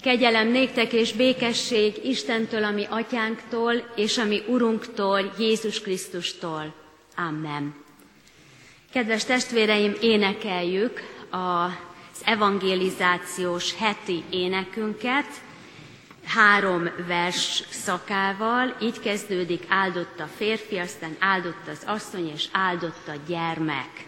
Kegyelem néktek és békesség Istentől, a mi atyánktól, és a mi Urunktól, Jézus Krisztustól. Amen. Kedves testvéreim, énekeljük az evangelizációs heti énekünket 3 vers szakával. Így kezdődik: áldott a férfi, aztán áldott az asszony, és áldott a gyermek.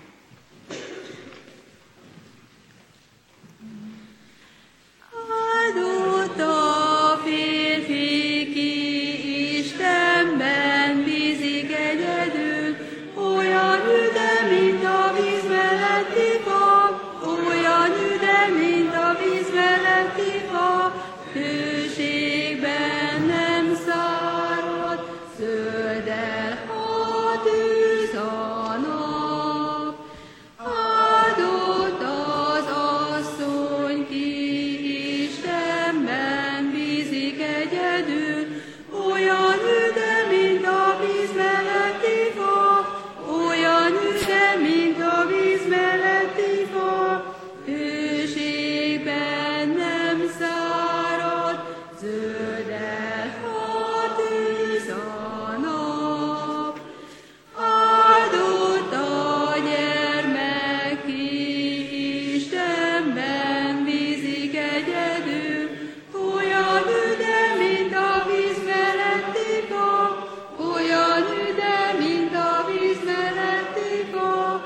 Áldott a férfi, ki Istenben bízik egyedül, olyan üde, mint a víz melletti fa, olyan üde, mint a víz melletti fa, hőségben nem szárad, zöldel a tűz a nap. Áldott az asszony, ki Istenben bízik egyedül, olyan üde, mint a víz melletti fa, olyan üde, mint a víz melletti fa, hőségben nem szárad, zöldel a tűz a nap. Áldott a gyermek, ki Istenben bízik egyedül, olyan üde, mint a víz melletti fa, olyan üde, mint a víz melletti fa,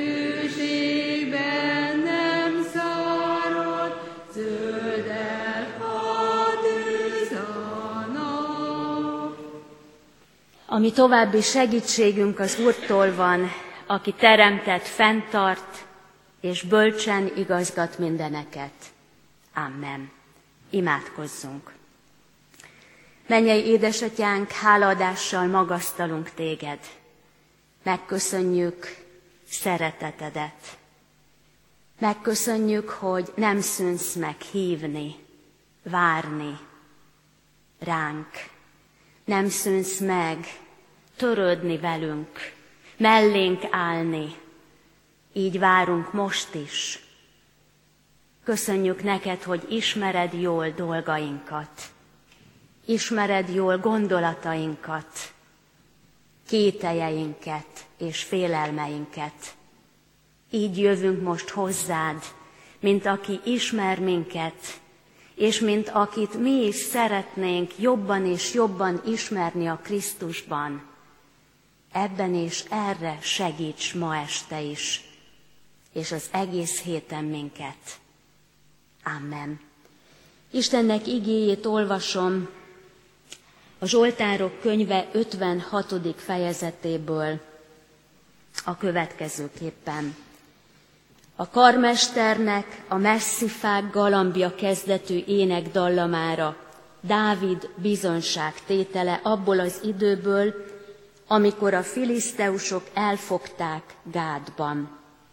hőségben nem szárad, zöldel a tűz a nap. A mi további segítségünk az Úrtól van, aki teremtett, fenntart, és bölcsen igazgat mindeneket. Amen. Imádkozzunk. Mennyei édesatyánk, hálaadással magasztalunk téged. Megköszönjük szeretetedet. Megköszönjük, hogy nem szűnsz meg hívni, várni ránk. Nem szűnsz meg törődni velünk, mellénk állni. Így várunk most is. Köszönjük neked, hogy ismered jól dolgainkat. Ismered jól gondolatainkat, kételjeinket és félelmeinket. Így jövünk most hozzád, mint aki ismer minket, és mint akit mi is szeretnénk jobban és jobban ismerni a Krisztusban. Ebben és erre segíts ma este is, és az egész héten minket. Amen. Istennek igéjét olvasom a Zsoltárok könyve 56. fejezetéből a következőképpen. A karmesternek a messzi-fák galambja kezdetű ének dallamára Dávid bizonságtétele abból az időből, amikor a filiszteusok elfogták Gádban.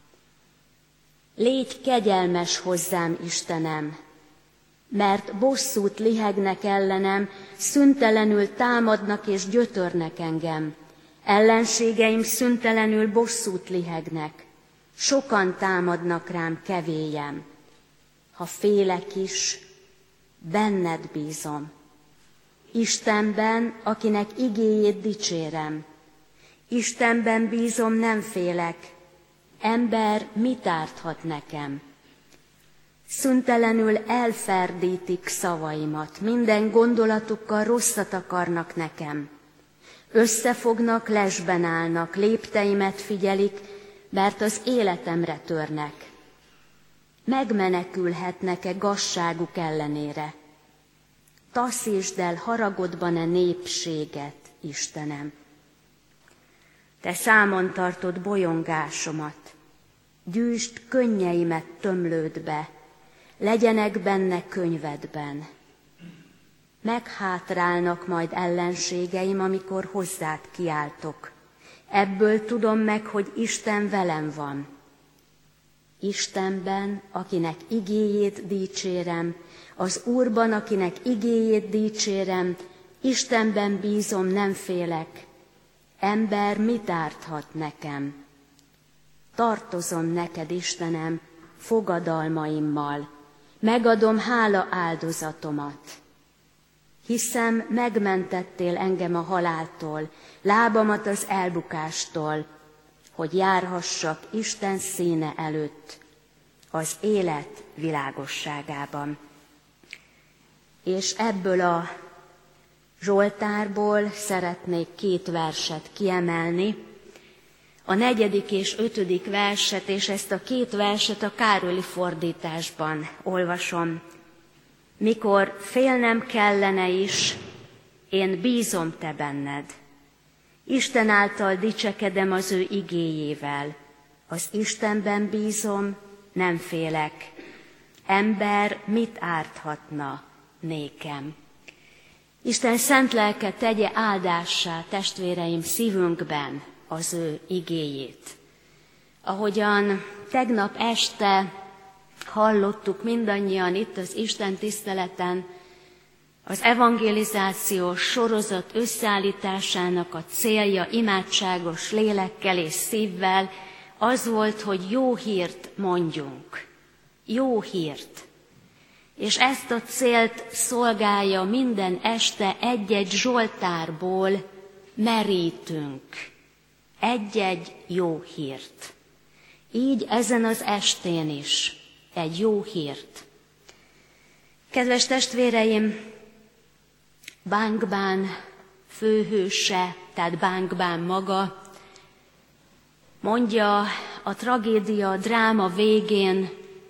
Légy kegyelmes hozzám, Istenem, mert bosszút lihegnek ellenem, szüntelenül támadnak és gyötörnek engem. Ellenségeim szüntelenül bosszút lihegnek, sokan támadnak rám kevélyen. Ha félek is, benned bízom. Istenben, akinek igéjét dicsérem. Istenben bízom, nem félek. Ember mit árthat nekem? Szüntelenül elferdítik szavaimat, minden gondolatukkal rosszat akarnak nekem. Összefognak, lesben állnak, lépteimet figyelik, mert az életemre törnek. Megmenekülhetnek-e gazságuk ellenére? Taszítsd el haragodban a népséget, Istenem. Te számon tartod bolyongásomat, gyűjtsd könnyeimet tömlődbe, legyenek benne könyvedben. Meghátrálnak majd ellenségeim, amikor hozzád kiáltok. Ebből tudom meg, hogy Isten velem van. Istenben, akinek igéjét dicsérem, az Úrban, akinek igéjét dicsérem, Istenben bízom, nem félek. Ember mit árthat nekem? Tartozom neked, Istenem, fogadalmaimmal, megadom hála áldozatomat. Hiszem, megmentettél engem a haláltól, lábamat az elbukástól, hogy járhassak Isten színe előtt, az élet világosságában. És ebből a Zsoltárból szeretnék 2 verset kiemelni, a 4. és 5. verset, és ezt a 2 verset a Károli fordításban olvasom. Mikor félnem kellene is, én bízom te benned. Isten által dicsekedem az ő igéjével. Az Istenben bízom, nem félek. Ember mit árthatna nékem? Isten szent lelke tegye áldássá, testvéreim, szívünkben az ő igéjét. Ahogyan tegnap este hallottuk mindannyian itt az Isten tiszteleten, az evangelizációs sorozat összeállításának a célja imádságos lélekkel és szívvel az volt, hogy jó hírt mondjunk. Jó hírt. És ezt a célt szolgálja minden este egy-egy zsoltárból merítünk. Egy-egy jó hírt. Így ezen az estén is egy jó hírt. Kedves testvéreim, Bánkbán főhőse, tehát Bánkbán maga, mondja a tragédia, a dráma végén,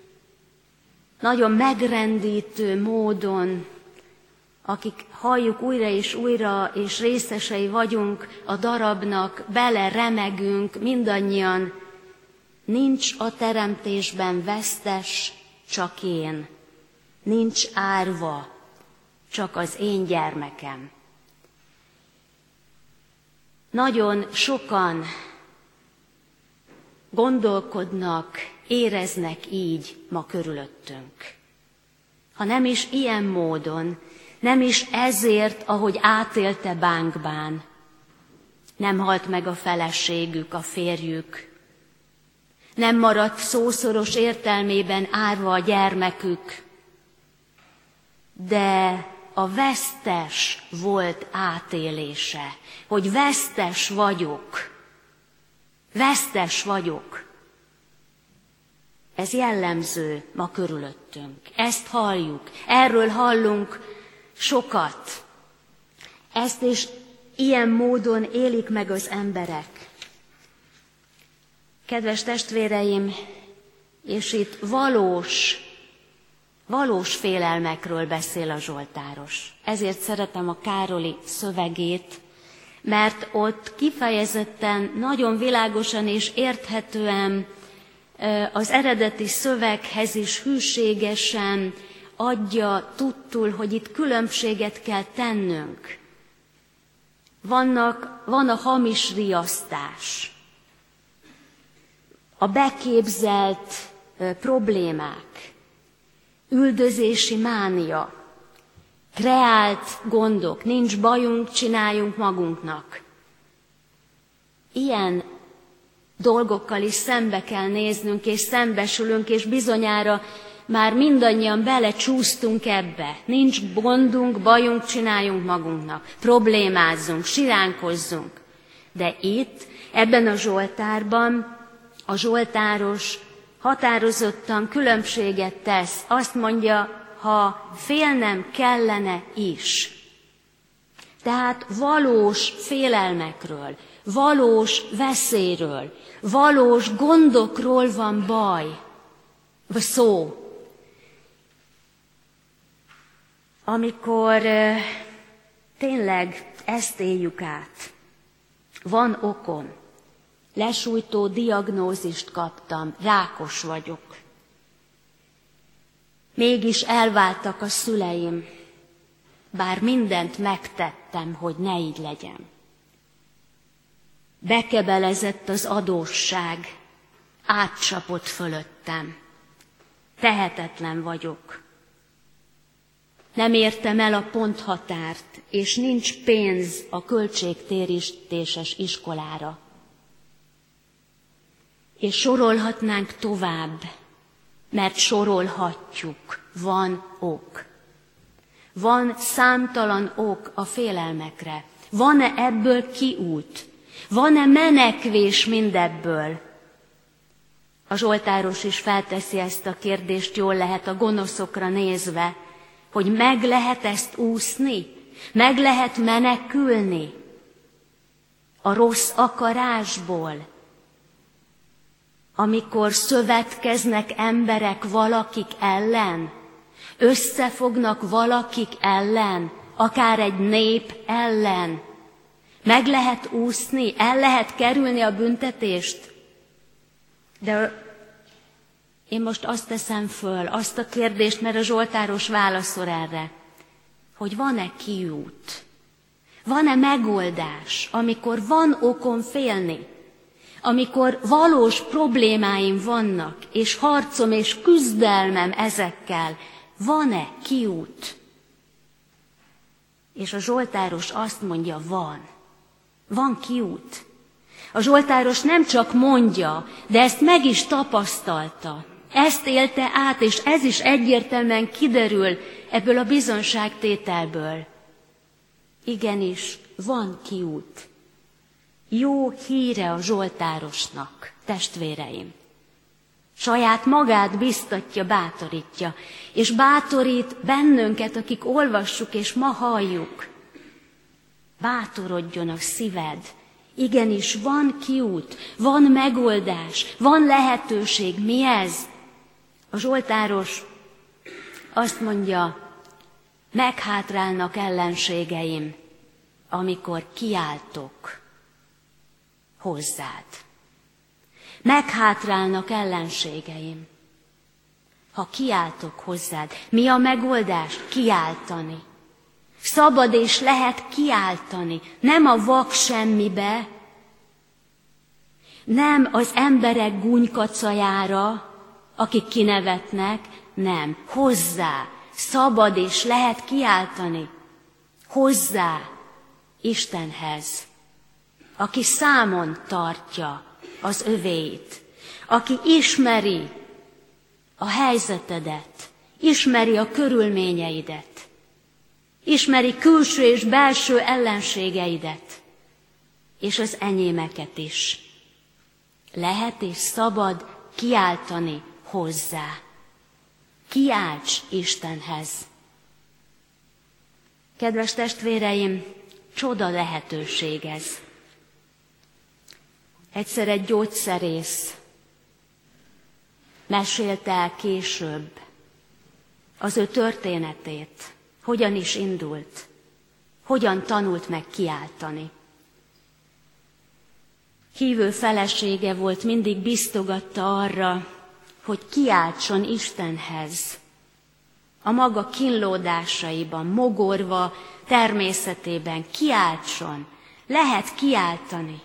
nagyon megrendítő módon, akik halljuk újra és részesei vagyunk a darabnak, bele remegünk mindannyian, nincs a teremtésben vesztes, csak én. Nincs árva, csak az én gyermekem. Nagyon sokan gondolkodnak, éreznek így ma körülöttünk. Ha nem is ilyen módon, nem is ezért, ahogy átélte Bánkbán, nem halt meg a feleségük, a férjük, nem maradt szószoros értelmében árva a gyermekük, de a vesztes volt átélése, hogy vesztes vagyok. Vesztes vagyok. Ez jellemző ma körülöttünk. Ezt halljuk, erről hallunk sokat. Ezt is ilyen módon élik meg az emberek. Kedves testvéreim, és itt valós félelmekről beszél a zsoltáros. Ezért szeretem a Károli szövegét, mert ott kifejezetten, nagyon világosan és érthetően az eredeti szöveghez is hűségesen adja tudtul, hogy itt különbséget kell tennünk. Van a hamis riasztás, a beképzelt problémák, üldözési mánia, kreált gondok, nincs bajunk, csináljunk magunknak. Ilyen dolgokkal is szembe kell néznünk, és szembesülünk, és bizonyára már mindannyian belecsúsztunk ebbe. Nincs gondunk, bajunk, csináljunk magunknak. Problémázzunk, siránkozzunk. De itt, ebben a zsoltárban a zsoltáros határozottan különbséget tesz. Azt mondja, ha félnem kellene is. Tehát valós félelmekről, valós veszélyről, valós gondokról van szó. Amikor tényleg ezt éljük át, van okom, lesújtó diagnózist kaptam, rákos vagyok. Mégis elváltak a szüleim, bár mindent megtettem, hogy ne így legyen. Bekebelezett az adósság, átcsapott fölöttem. Tehetetlen vagyok. Nem értem el a ponthatárt, és nincs pénz a költségtérítéses iskolára. És sorolhatnánk tovább. mert sorolhatjuk, van ok. Van számtalan ok a félelmekre. Van-e ebből kiút? Van-e menekvés mindebből? A zsoltáros is felteszi ezt a kérdést, jól lehet a gonoszokra nézve, hogy meg lehet ezt úszni? Meg lehet menekülni a rossz akarásból? Amikor szövetkeznek emberek valakik ellen, összefognak valakik ellen, akár egy nép ellen, meg lehet úszni, el lehet kerülni a büntetést. De én most azt teszem föl, azt a kérdést, mert a zsoltáros válaszol erre, hogy van-e kiút, van-e megoldás, amikor van okom félni, amikor valós problémáim vannak, és harcom és küzdelmem ezekkel, van-e kiút? És a zsoltáros azt mondja, van kiút. A zsoltáros nem csak mondja, de ezt meg is tapasztalta. Ezt élte át, és ez is egyértelműen kiderül ebből a bizonságtételből. Igenis, van kiút. Jó híre a zsoltárosnak, testvéreim. Saját magát biztatja, bátorítja, és bátorít bennünket, akik olvassuk és ma halljuk. Bátorodjon a szíved. Igenis, van kiút, van megoldás, van lehetőség. Mi ez? A zsoltáros azt mondja, meghátrálnak ellenségeim, amikor kiáltok hozzád. Meghátrálnak ellenségeim, ha kiáltok hozzád. Mi a megoldás? Kiáltani. Szabad és lehet kiáltani, nem a vak semmibe, nem az emberek gúnykacajára, akik kinevetnek, nem, hozzá, szabad és lehet kiáltani, hozzá Istenhez, aki számon tartja az övéit, aki ismeri a helyzetedet, ismeri a körülményeidet, ismeri külső és belső ellenségeidet, és az enyémeket is. Lehet és szabad kiáltani hozzá. Kiálts Istenhez. Kedves testvéreim, csoda lehetőség ez. Egyszer egy gyógyszerész mesélte el később az ő történetét, hogyan is indult, hogyan tanult meg kiáltani. Hívő felesége volt, mindig biztogatta arra, hogy kiáltson Istenhez, a maga kínlódásaiban, mogorva, természetében kiáltson, lehet kiáltani.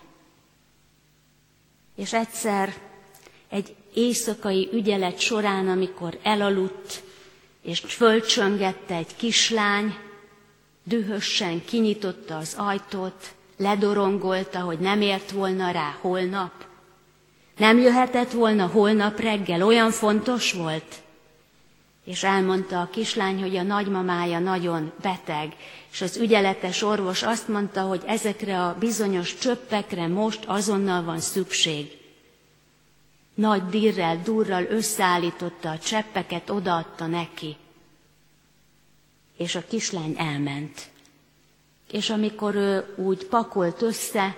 És egyszer egy éjszakai ügyelet során, amikor elaludt, és fölcsöngette egy kislány, dühösen kinyitotta az ajtót, ledorongolta, hogy nem ért volna rá holnap. Nem jöhetett volna holnap reggel, olyan fontos volt. És elmondta a kislány, hogy a nagymamája nagyon beteg, és az ügyeletes orvos azt mondta, hogy ezekre a bizonyos csöppekre most azonnal van szükség. Nagy dirrel, durral összeállította a cseppeket, odaadta neki. És a kislány elment. És amikor ő úgy pakolt össze,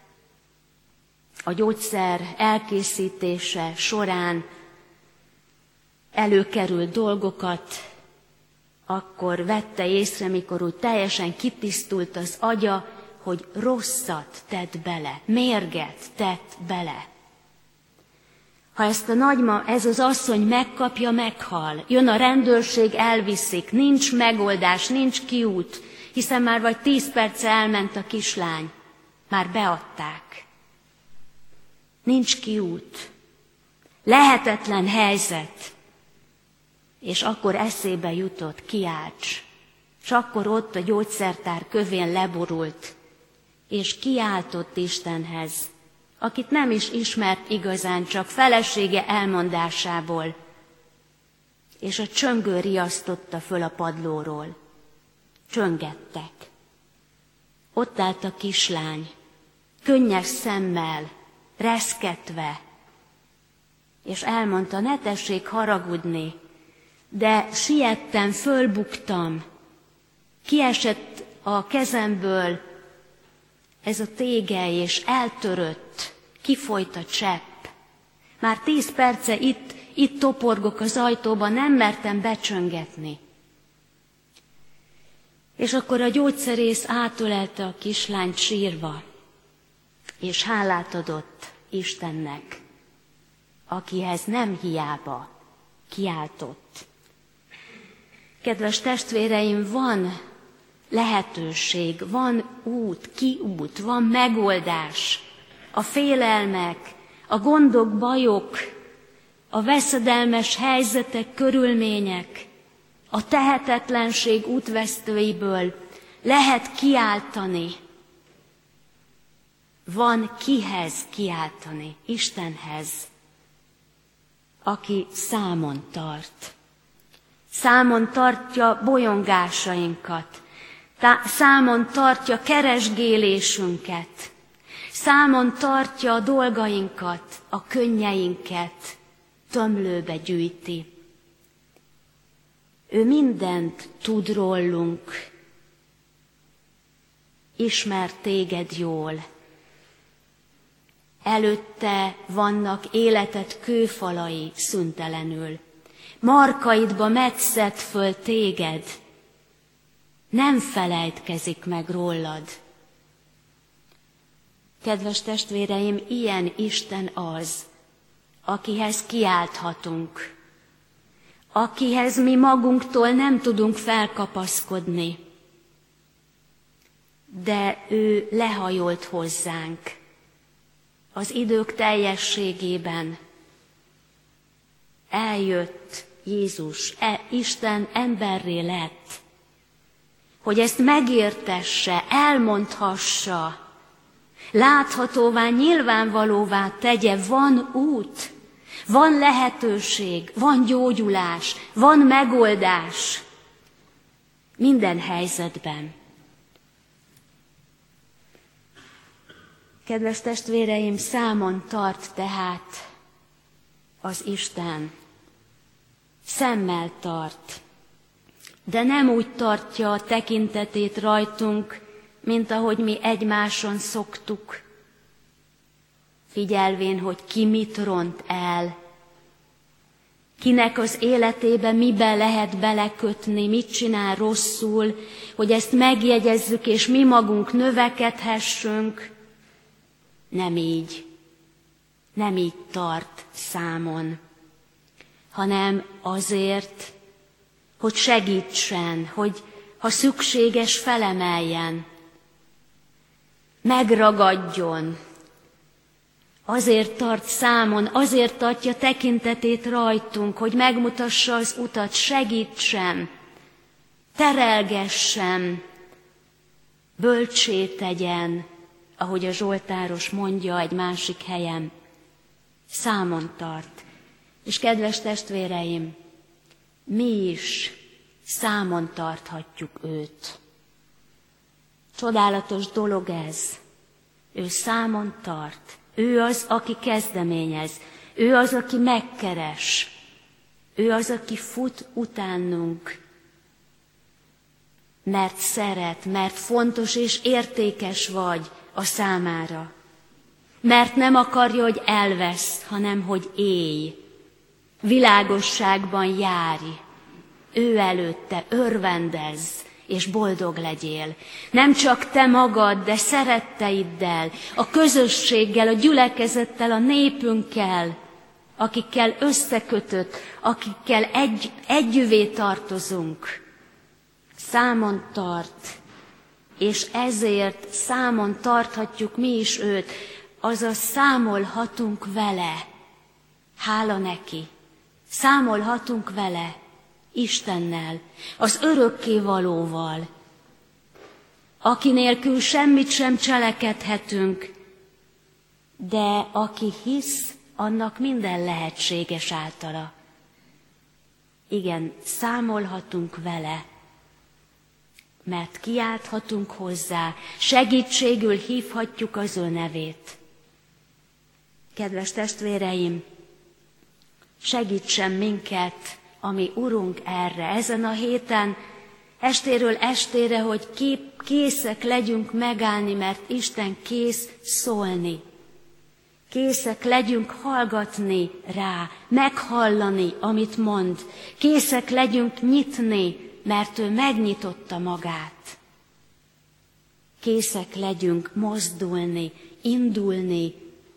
a gyógyszer elkészítése során előkerült dolgokat, akkor vette észre, mikor úgy teljesen kitisztult az agya, hogy rosszat tett bele, mérget tett bele. Ha ezt ez az asszony megkapja, meghal, jön a rendőrség, elviszik, nincs megoldás, nincs kiút, hiszen már vagy 10 perce elment a kislány, már beadták. Nincs kiút, lehetetlen helyzet, és akkor eszébe jutott, kiálts. És akkor ott a gyógyszertár kövén leborult, és kiáltott Istenhez, akit nem is ismert igazán, csak felesége elmondásából. és a csöngő riasztotta föl a padlóról. Csöngettek. Ott állt a kislány, könnyes szemmel, reszketve, és elmondta, ne tessék haragudni, de siettem, fölbuktam, kiesett a kezemből ez a tégely, és eltörött, kifolyt a csepp. Már 10 perce itt toporgok az ajtóban, nem mertem becsöngetni. És akkor a gyógyszerész átölelte a kislányt sírva, és hálát adott Istennek, akihez nem hiába kiáltott. Kedves testvéreim, van lehetőség, van út, kiút, van megoldás. A félelmek, a gondok, bajok, a veszedelmes helyzetek, körülmények, a tehetetlenség útvesztőiből lehet kiáltani. Van kihez kiáltani, Istenhez, aki számon tart. Számon tartja bolyongásainkat, számon tartja keresgélésünket, számon tartja a dolgainkat, a könnyeinket, tömlőbe gyűjti. Ő mindent tud rólunk, ismer téged jól. Előtte vannak életed kőfalai szüntelenül. Markaidba metszett föl téged, nem felejtkezik meg rólad. Kedves testvéreim, ilyen Isten az, akihez kiálthatunk, akihez mi magunktól nem tudunk felkapaszkodni, de ő lehajolt hozzánk az idők teljességében. Eljött Jézus, Isten emberré lett, hogy ezt megértesse, elmondhassa, láthatóvá, nyilvánvalóvá tegye, van út, van lehetőség, van gyógyulás, van megoldás minden helyzetben. Kedves testvéreim, számon tart tehát az Isten, szemmel tart, de nem úgy tartja a tekintetét rajtunk, mint ahogy mi egymáson szoktuk, figyelvén, hogy ki mit ront el, kinek az életébe miben lehet belekötni, mit csinál rosszul, hogy ezt megjegyezzük, és mi magunk növekedhessünk. Nem így tart számon, hanem azért, hogy segítsen, hogy ha szükséges, felemeljen, megragadjon. Azért tart számon, azért tartja tekintetét rajtunk, hogy megmutassa az utat, segítsen, terelgessen, bölcsé tegyen, ahogy a zsoltáros mondja egy másik helyen, számon tart. És kedves testvéreim, mi is számon tarthatjuk őt. Csodálatos dolog ez. Ő számon tart. Ő az, aki kezdeményez. Ő az, aki megkeres. Ő az, aki fut utánunk. Mert szeret, mert fontos és értékes vagy a számára. Mert nem akarja, hogy elvesz, hanem hogy élj. Világosságban járj. Ő előtte örvendezz, és boldog legyél. Nem csak te magad, de szeretteiddel, a közösséggel, a gyülekezettel, a népünkkel, akikkel összekötött, akikkel együvé tartozunk. Számon tart, és ezért számon tarthatjuk mi is őt, azaz számolhatunk vele. Hála neki. Számolhatunk vele, Istennel, az örökkévalóval, aki nélkül semmit sem cselekedhetünk, de aki hisz, annak minden lehetséges általa. Igen, számolhatunk vele, mert kiálthatunk hozzá, segítségül hívhatjuk az ő nevét. Kedves testvéreim, segítsen minket a mi Urunk erre, ezen a héten, estéről estére, hogy készek legyünk megállni, mert Isten kész szólni. Készek legyünk hallgatni rá, meghallani, amit mond. Készek legyünk nyitni, mert ő megnyitotta magát. Készek legyünk mozdulni, indulni.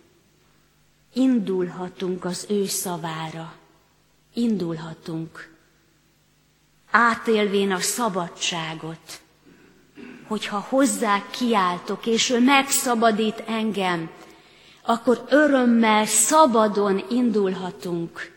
Indulhatunk az ő szavára. Indulhatunk. Átélvén a szabadságot, hogyha hozzá kiáltok, és ő megszabadít engem, akkor örömmel, szabadon indulhatunk,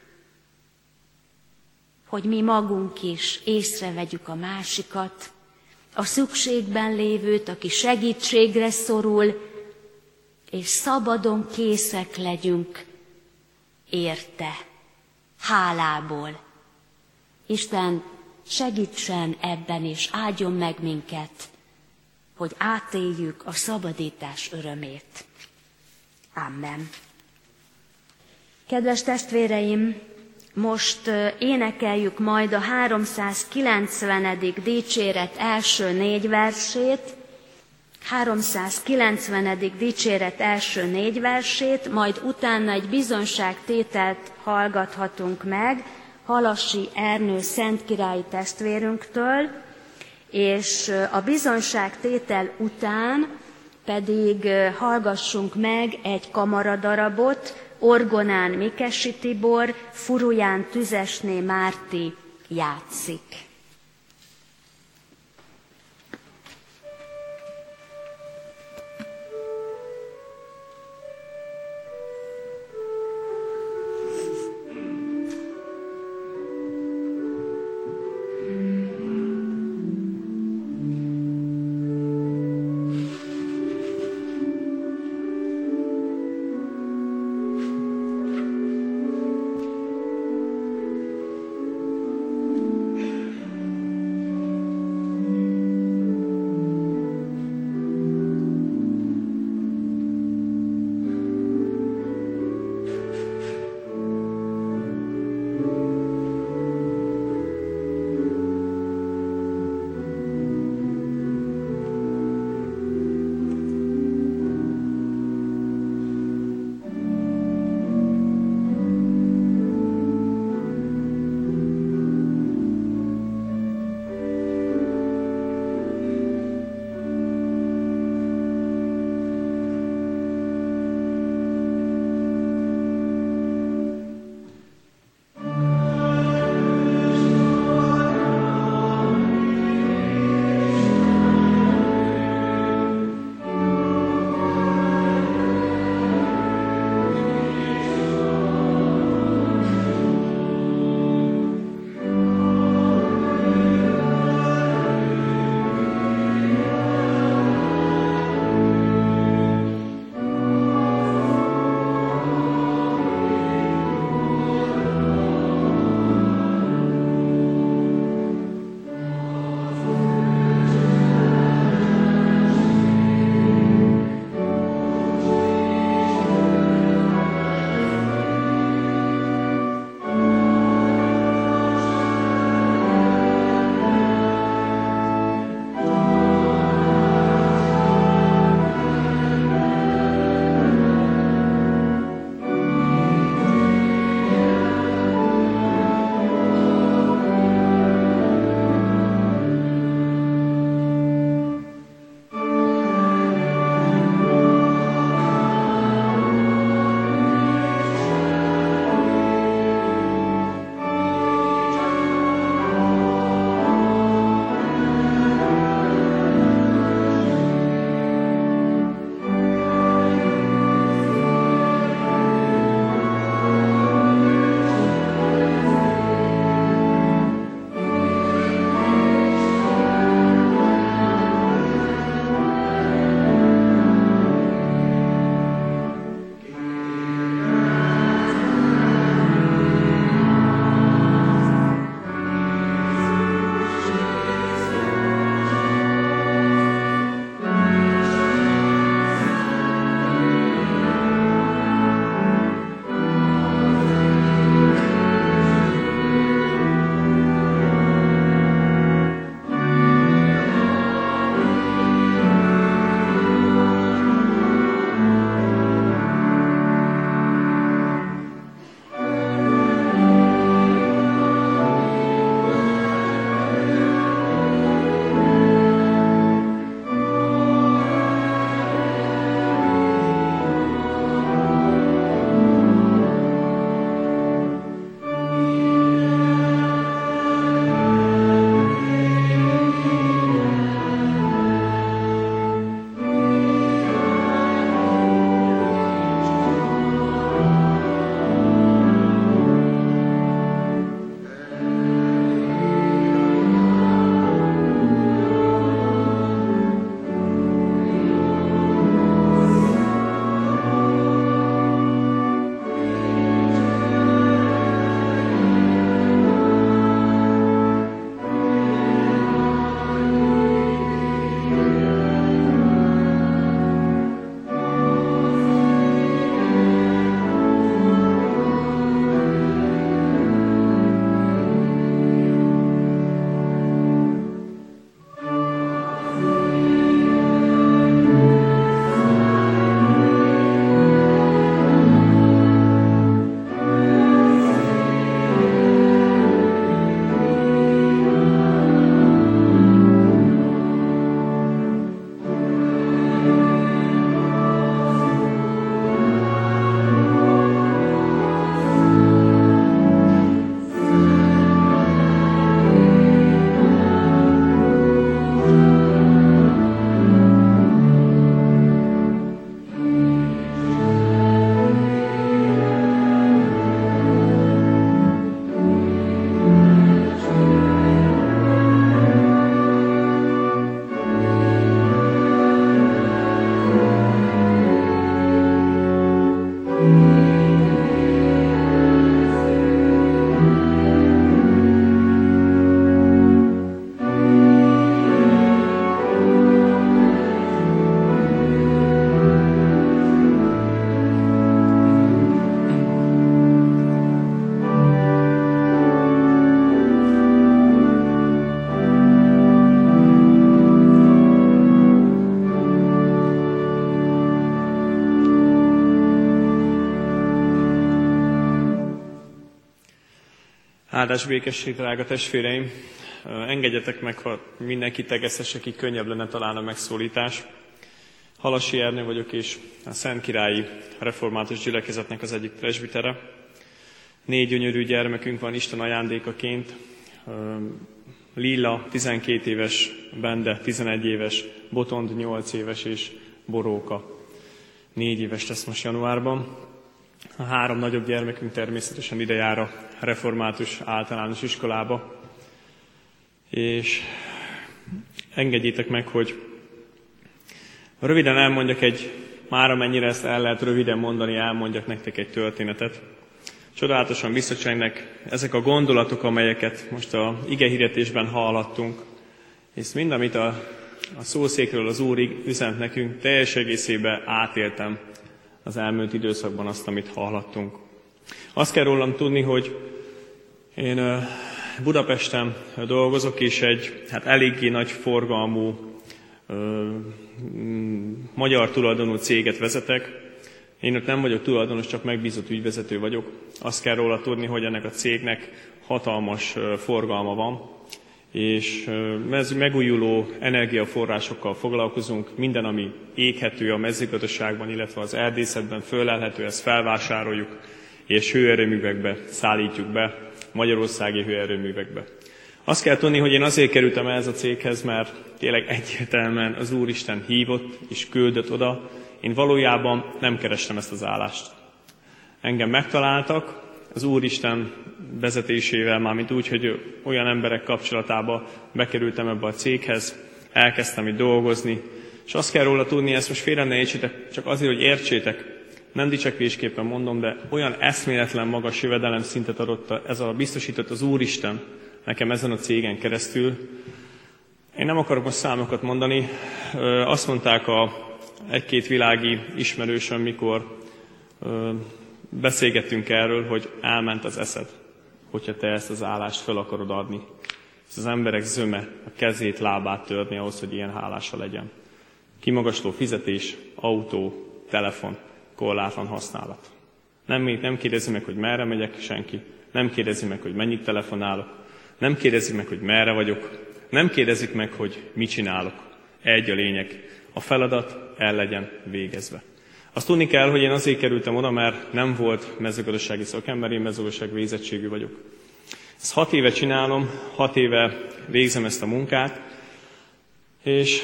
hogy mi magunk is észrevegyük a másikat, a szükségben lévőt, aki segítségre szorul, és szabadon készek legyünk érte, hálából. Isten segítsen ebben, és áldjon meg minket, hogy átéljük a szabadítás örömét. Amen. Kedves testvéreim, most énekeljük majd a 390. dicséret első 4 versét, 390. dicséret első 4 versét, majd utána egy bizonyságtételt hallgathatunk meg Halassi Ernő szentkirályi testvérünktől, és a bizonyságtétel után pedig hallgassunk meg egy kamaradarabot, orgonán Mikesi Tibor, furuján Tüzesné Márti játszik. Áldás békesség, drága testvéreim! Engedjetek meg, ha mindenki tegezhessek, így könnyebb lenne talán a megszólítás. Halassi Ernő vagyok, és a Szentkirályi Református Gyülekezetnek az egyik presbitere. 4 gyönyörű gyermekünk van Isten ajándékaként. Lilla 12 éves, Bende 11 éves, Botond 8 éves, és Boróka 4 éves lesz most januárban. A 3 nagyobb gyermekünk természetesen ide jár a református általános iskolába. És engedjétek meg, hogy röviden elmondjak már amennyire ezt el lehet röviden mondani, elmondjak nektek egy történetet. Csodálatosan visszacsengnek ezek a gondolatok, amelyeket most a igehirdetésben hallhattunk, és mind, amit a szószékről az Úr üzent nekünk, teljes egészében átéltem az elmúlt időszakban azt, amit hallhattunk. Azt kell rólam tudni, hogy én Budapesten dolgozok, és egy eléggé nagy forgalmú magyar tulajdonú céget vezetek. Én ott nem vagyok tulajdonos, csak megbízott ügyvezető vagyok. Azt kell róla tudni, hogy ennek a cégnek hatalmas forgalma van, és megújuló energiaforrásokkal foglalkozunk. Minden, ami éghető a mezőgazdaságban, illetve az erdészetben fölelhető, ezt felvásároljuk, és hőerőművekbe szállítjuk be, magyarországi hőerőművekbe. Azt kell tudni, hogy én azért kerültem ehhez a céghez, mert tényleg egyértelműen az Úristen hívott és küldött oda. Én valójában nem kerestem ezt az állást. Engem megtaláltak az Úristen vezetésével, mármint úgy, hogy olyan emberek kapcsolatába bekerültem ebbe a céghez, elkezdtem itt dolgozni, és azt kell róla tudni, ezt most félre ne értsétek, csak azért, hogy értsétek, nem dicsekvésképpen mondom, de olyan eszméletlen magas jövedelem szintet adott biztosított az Úristen nekem ezen a cégen keresztül. Én nem akarok most számokat mondani, azt mondták egy-két világi ismerősöm, mikor beszélgettünk erről, hogy elment az eszed, hogyha te ezt az állást fel akarod adni. Ez az emberek zöme a kezét, lábát törni ahhoz, hogy ilyen hálása legyen. Kimagasló fizetés, autó, telefon, korlátlan használat. Nem kérdezi meg, hogy merre megyek, senki. Nem kérdezi meg, hogy mennyit telefonálok. Nem kérdezi meg, hogy merre vagyok. Nem kérdezik meg, hogy mit csinálok. Egy a lényeg. A feladat el legyen végezve. Azt tudni kell, hogy én azért kerültem oda, mert nem volt mezőgazdasági szakember, én mezőgazdasági végzettségű vagyok. Ezt 6 éve csinálom, 6 éve végzem ezt a munkát, és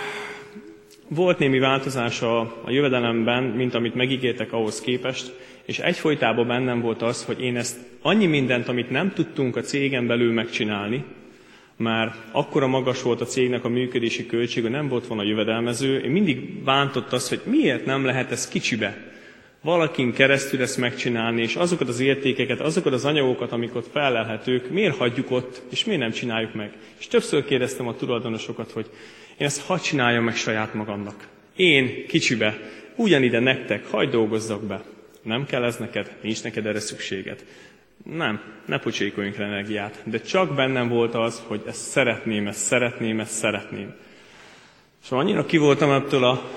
volt némi változás a jövedelemben, mint amit megígértek ahhoz képest, és egyfolytában bennem volt az, hogy én ezt annyi mindent, amit nem tudtunk a cégen belül megcsinálni, már akkora magas volt a cégnek a működési költsége, nem volt volna jövedelmező, én mindig bántott az, hogy miért nem lehet ez kicsibe valakin keresztül ezt megcsinálni, és azokat az értékeket, azokat az anyagokat, amik ott felelhetők, miért hagyjuk ott, és miért nem csináljuk meg. És többször kérdeztem a tulajdonosokat, hogy én ezt hadd csináljam meg saját magamnak. Én kicsibe, ugyanide nektek, hagyd dolgozzak be. Nem kell ez neked, nincs neked erre szükséged. Nem, ne pocsékoljunk rá energiát. De csak bennem volt az, hogy ezt szeretném. És annyira ki voltam ebből a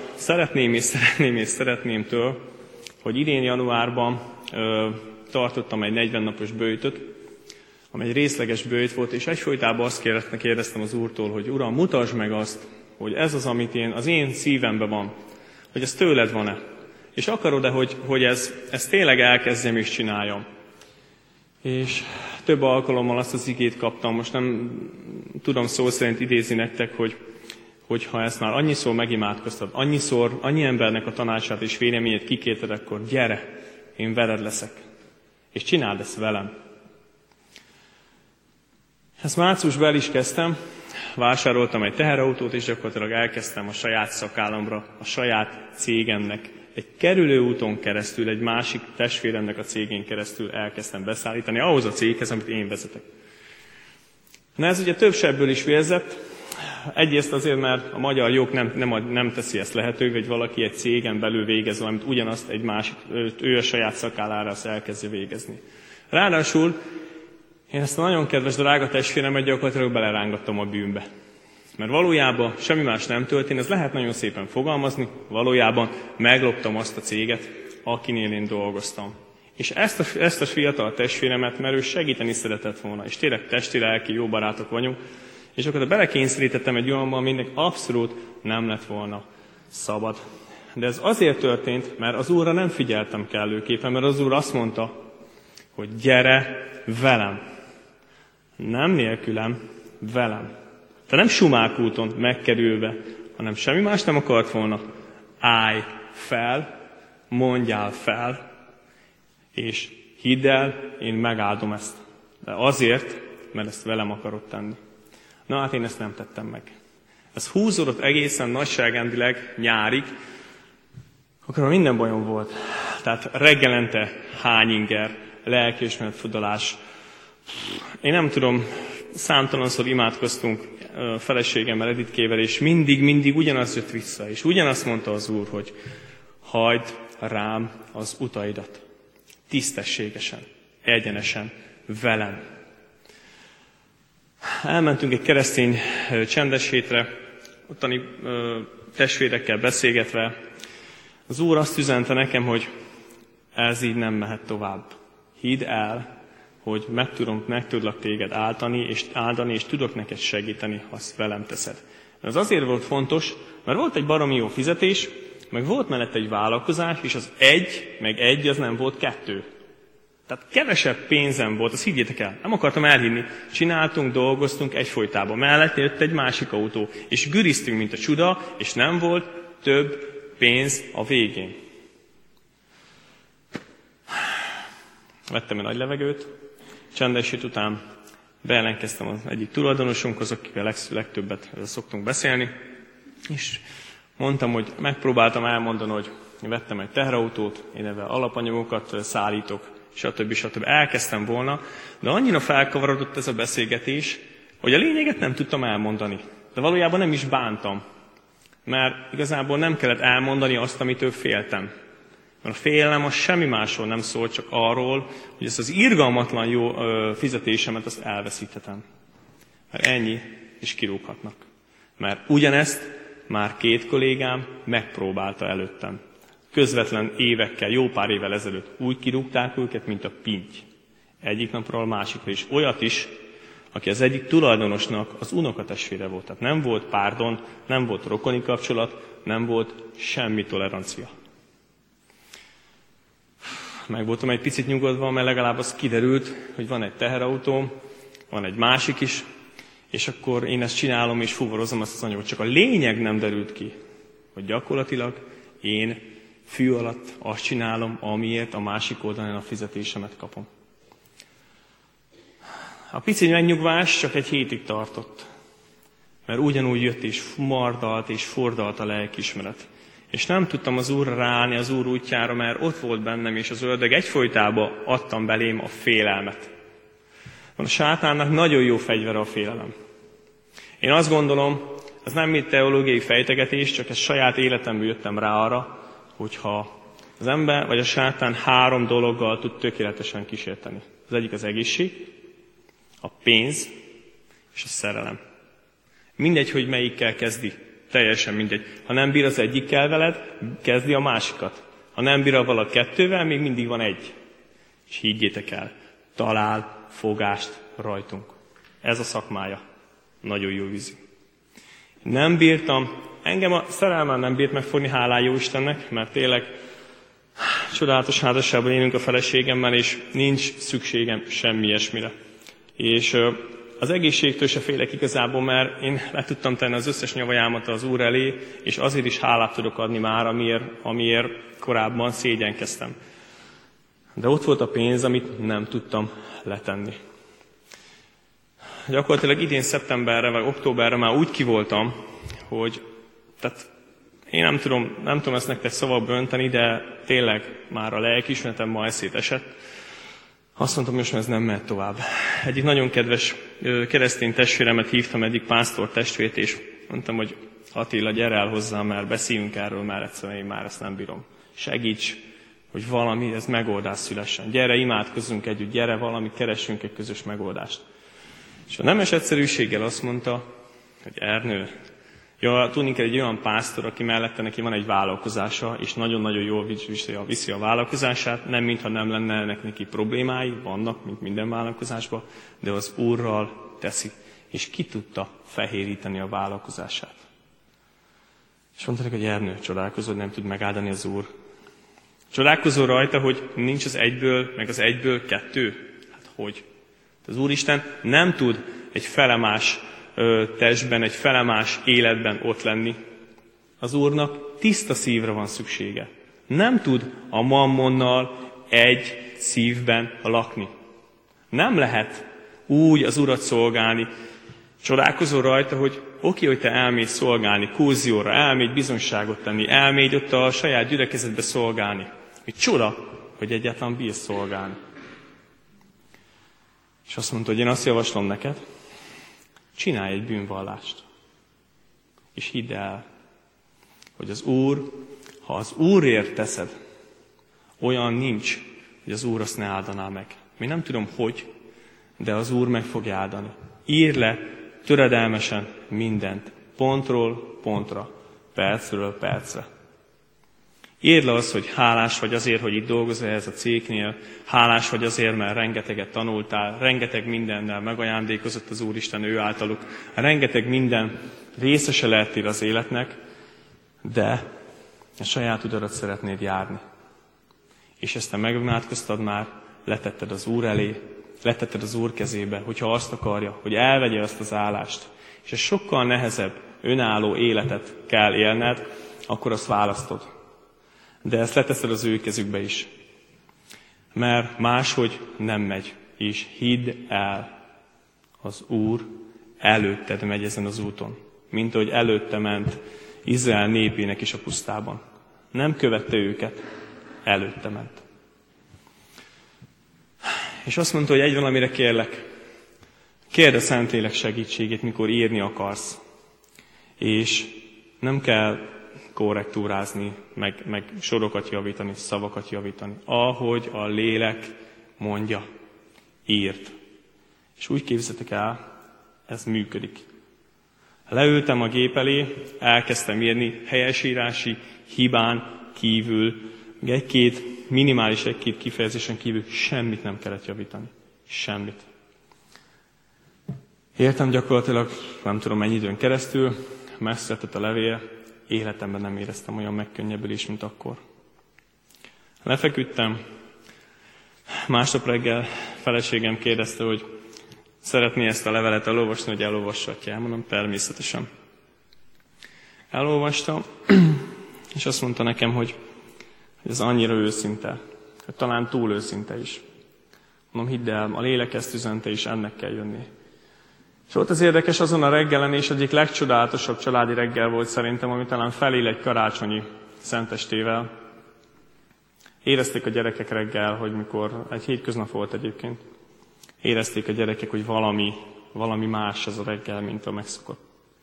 szeretnémtől, hogy idén januárban tartottam egy 40 napos böjtöt, amely egy részleges böjt volt, és egyfolytában azt kérdeztem az Úrtól, hogy Uram, mutasd meg azt, hogy ez az, amit az én szívemben van, hogy ez tőled van-e. És akarod-e, hogy ezt tényleg elkezdjem és csináljam. És több alkalommal azt az igét kaptam, most nem tudom szó szerint idézni nektek, hogy ha ezt már annyiszor megimádkoztad, annyi embernek a tanácsát és véleményét kikérted, akkor gyere, én veled leszek. És csináld ezt velem. Ezt márciusban el is kezdtem, vásároltam egy teherautót, és gyakorlatilag elkezdtem a saját szakállamra, a saját cégemnek egy kerülőúton keresztül, egy másik testvéremnek a cégén keresztül elkezdtem beszállítani ahhoz a céghez, amit én vezetek. Na ez ugye több sebből is vérzett. Egyrészt azért, mert a magyar jog nem teszi ezt lehetővé, hogy valaki egy cégen belül végez valamit, ugyanazt egy másik, ő a saját szakállára azt elkezdje végezni. Ráadásul én ezt a nagyon kedves, drága testvéremet gyakorlatilag belerángattam a bűnbe. Mert valójában semmi más nem történt, ez lehet nagyon szépen fogalmazni, valójában megloptam azt a céget, akinél én dolgoztam. És ezt a fiatal testvéremet, mert ő segíteni szeretett volna, és tényleg testi-lelki jó barátok vagyunk, és akkor belekényszerítettem egy olyanba, aminek abszolút nem lett volna szabad. De ez azért történt, mert az Úrra nem figyeltem kellőképpen, mert az Úr azt mondta, hogy gyere velem. Nem nélkülem, velem. Te nem sumák úton megkerülve, hanem semmi más nem akart volna. Állj fel, mondjál fel, és hidd el, én megáldom ezt. De azért, mert ezt velem akarod tenni. Na hát én ezt nem tettem meg. Ez húzódott egészen nagyságrendileg nyárig, akkor minden bajom volt. Tehát reggelente hány inger, lelkiismeret furdalás. Én nem tudom, számtalanszor imádkoztunk feleségemmel, Editkével, és mindig ugyanaz jött vissza. És ugyanazt mondta az Úr, hogy hagyd rám az utaidat. Tisztességesen, egyenesen, velem. Elmentünk egy keresztény csendes hétre, ottani testvérekkel beszélgetve. Az Úr azt üzente nekem, hogy ez így nem mehet tovább. Hidd el, hogy meg tudlak téged áldani, és tudok neked segíteni, ha azt velem teszed. Ez azért volt fontos, mert volt egy baromi jó fizetés, meg volt mellett egy vállalkozás, és az egy az nem volt 2. Tehát kevesebb pénzem volt, azt higgyétek el. Nem akartam elhinni. Csináltunk, dolgoztunk egyfolytában. Mellett jött egy másik autó, és güriztünk, mint a csuda, és nem volt több pénz a végén. Vettem egy nagy levegőt, csendes hét után bejelentkeztem az egyik tulajdonosunkhoz, akivel legtöbbet szoktunk beszélni, és mondtam, hogy megpróbáltam elmondani, hogy vettem egy teherautót, én ebben alapanyagokat szállítok, stb. Elkezdtem volna, de annyira felkavarodott ez a beszélgetés, hogy a lényeget nem tudtam elmondani. De valójában nem is bántam, mert igazából nem kellett elmondani azt, amitől féltem. Mert a félelem az semmi másról nem szól, csak arról, hogy ezt az irgalmatlan jó fizetésemet azt elveszíthetem. Mert ennyi is kirúghatnak. Mert ugyanezt már 2 kollégám megpróbálta előttem. Közvetlen évekkel, jó pár évvel ezelőtt úgy kirúgták őket, mint a pinty. Egyik napról a másikra is. Olyat is, aki az egyik tulajdonosnak az unokatestvére volt. Tehát nem volt párdon, nem volt rokoni kapcsolat, nem volt semmi tolerancia. Meg voltam egy picit nyugodva, mert legalább az kiderült, hogy van egy teherautóm, van egy másik is, és akkor én ezt csinálom és fuvarozom azt az anyagot. Csak a lényeg nem derült ki, hogy gyakorlatilag én fű alatt azt csinálom, amiért a másik oldalán a fizetésemet kapom. A pici megnyugvás csak egy hétig tartott, mert ugyanúgy jött és mardalt és fordalt a lelkiismeret. És nem tudtam az Úrra ráállni, az Úr útjára, mert ott volt bennem, és az ördög egyfolytában adtam belém a félelmet. A sátánnak nagyon jó fegyvere a félelem. Én azt gondolom, ez nem egy teológiai fejtegetés, csak ez saját életemből jöttem rá arra, hogyha az ember vagy a sátán 3 dologgal tud tökéletesen kísérteni. Az egyik az egészség, a pénz és a szerelem. Mindegy, hogy melyikkel kezdi. Teljesen mindegy. Ha nem bír az egyikkel veled, kezdi a másikat. Ha nem bír avval a 2-vel, még mindig van 1. És higgyétek el, talál fogást rajtunk. Ez a szakmája. Nagyon jó vízi. Nem bírtam, engem a szerelmem nem bírt megfogni, hálá jó Istennek, mert tényleg csodálatos házasságban élünk a feleségemmel, és nincs szükségem semmi ilyesmire. És az egészségtől se félek igazából, mert én le tudtam tenni az összes nyavajámat az Úr elé, és azért is hálát tudok adni már, amiért korábban szégyenkeztem. De ott volt a pénz, amit nem tudtam letenni. Gyakorlatilag idén szeptemberre vagy októberre már úgy kivoltam, hogy tehát én nem tudom ezt nektek szavakba önteni, de tényleg már a lelkiismeretem ma eszét esett. Azt mondtam, hogy most ez nem mehet tovább. Egyik nagyon kedves keresztény testvéremet hívtam, egyik pásztor testvért, és mondtam, hogy Attila, gyere el hozzám, mert beszéljünk erről, már egyszerűen én már ezt nem bírom. Segíts, hogy valami, ez megoldás szülessen. Gyere, imádkozzunk együtt, gyere, valamit keressünk egy közös megoldást. És a nemes egyszerűséggel azt mondta, hogy Ernő, Ja, tudni kell, egy olyan pásztor, aki mellette neki van egy vállalkozása, és nagyon-nagyon jól viszi a vállalkozását, nem mintha nem lenne neki problémái, vannak, mint minden vállalkozásban, de az Úrral teszi, és ki tudta fehéríteni a vállalkozását. És mondta neki, hogy Ernő, csodálkozol, nem tud megáldani az Úr. Csodálkozol rajta, hogy nincs az egyből, meg az egyből kettő? Hát hogy? Az Úristen nem tud egy felemás testben, egy felemás életben ott lenni. Az Úrnak tiszta szívre van szüksége. Nem tud a mammonnal egy szívben lakni. Nem lehet úgy az Urat szolgálni. Csodálkozol rajta, hogy oké, hogy te elmész szolgálni, kurzióra, elmégy bizonyságot tenni, elmégy ott a saját gyülekezetbe szolgálni. Mi csoda, hogy egyáltalán bírsz szolgálni. És azt mondta, hogy én azt javaslom neked, csinálj egy bűnvallást. És hidd el, hogy az Úr, ha az Úrért teszed, olyan nincs, hogy az Úr azt ne áldaná meg. Mi nem tudom, hogy, de az Úr meg fogja áldani. Írd le töredelmesen mindent, pontról pontra, percről percre. Írd le azt, hogy hálás vagy azért, hogy itt dolgozol ez a cégnél, hálás vagy azért, mert rengeteget tanultál, rengeteg mindennel megajándékozott az Úristen ő általuk, rengeteg minden részese lehettél az életnek, de a saját utadat szeretnéd járni. És ezt te megimádkoztad már, letetted az Úr elé, letetted az Úr kezébe, hogyha azt akarja, hogy elvegye azt az állást, és ez sokkal nehezebb, önálló életet kell élned, akkor azt választod. De ezt leteszed az ő kezükbe is. Mert máshogy nem megy. És hidd el, az Úr előtted megy ezen az úton. Mint ahogy előtte ment Izrael népének is a pusztában. Nem követte őket, előtte ment. És azt mondta, hogy egy valamire kérlek. Kérd a Szentlélek segítségét, mikor írni akarsz. És nem kell korrektúrázni, meg sorokat javítani, szavakat javítani. Ahogy a lélek mondja, írd. És úgy képzeltek el, ez működik. Leültem a gép elé, elkezdtem írni, helyesírási hibán kívül, minimális egy-két kifejezésen kívül semmit nem kellett javítani. Semmit. Értem gyakorlatilag, nem tudom mennyi időn keresztül, megszületett a levél, életemben nem éreztem olyan megkönnyebbülést, mint akkor. Lefeküdtem, másnap reggel feleségem kérdezte, hogy szeretné ezt a levelet elolvasni, hogy elolvassatja. Mondom, természetesen. Elolvastam, és azt mondta nekem, hogy ez annyira őszinte, hogy talán túl őszinte is. Mondom, hidd el, a lélek ezt üzente, és ennek kell jönni. És volt az érdekes, azon a reggelen, és egyik legcsodálatosabb családi reggel volt szerintem, ami talán felél egy karácsonyi szentestével. Érezték a gyerekek reggel, hogy mikor, egy hétköznap volt egyébként, érezték a gyerekek, hogy valami más az a reggel, mint a megszokott.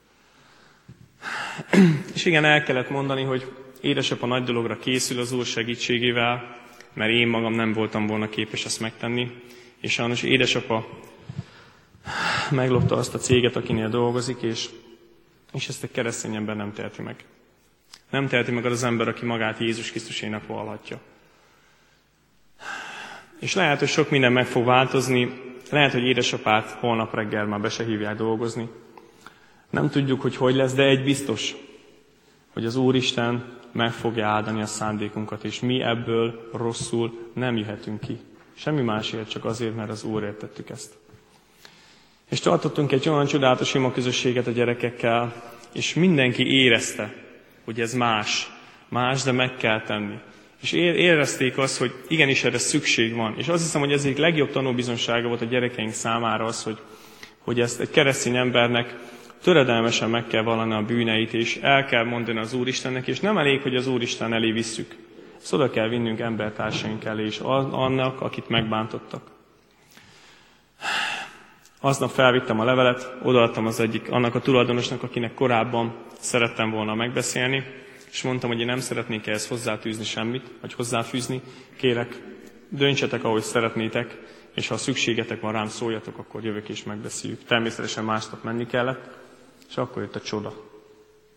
És igen, el kellett mondani, hogy édesapa nagy dologra készül az Úr segítségével, mert én magam nem voltam volna képes ezt megtenni, és sajnos édesapa meglopta azt a céget, akinél dolgozik, és ezt egy keresztény ember nem teheti meg. Nem teheti meg az ember, aki magát Jézus Krisztusének vallhatja. És lehet, hogy sok minden meg fog változni, lehet, hogy édesapát holnap reggel már be se hívják dolgozni. Nem tudjuk, hogy lesz, de egy biztos, hogy az Úristen meg fogja áldani a szándékunkat, és mi ebből rosszul nem jöhetünk ki. Semmi másért, csak azért, mert az Úrért tettük ezt. És tartottunk egy olyan csodálatos imaközösséget a gyerekekkel, és mindenki érezte, hogy ez más, de meg kell tenni. És érezték azt, hogy igenis erre szükség van. És azt hiszem, hogy ez egyik legjobb tanúbizonysága volt a gyerekeink számára az, hogy ezt egy keresztény embernek töredelmesen meg kell vallani a bűneit, és el kell mondani az Úristennek, és nem elég, hogy az Úristen elé visszük. Ezt oda kell vinnünk embertársaink elé, és annak, akit megbántottak. Aznap felvittem a levelet, odaadtam annak a tulajdonosnak, akinek korábban szerettem volna megbeszélni, és mondtam, hogy én nem szeretnék ehhez hozzátűzni semmit, vagy hozzáfűzni. Kérek, döntsetek, ahogy szeretnétek, és ha szükségetek van rám, szóljatok, akkor jövök és megbeszéljük. Természetesen másnap menni kellett, és akkor jött a csoda.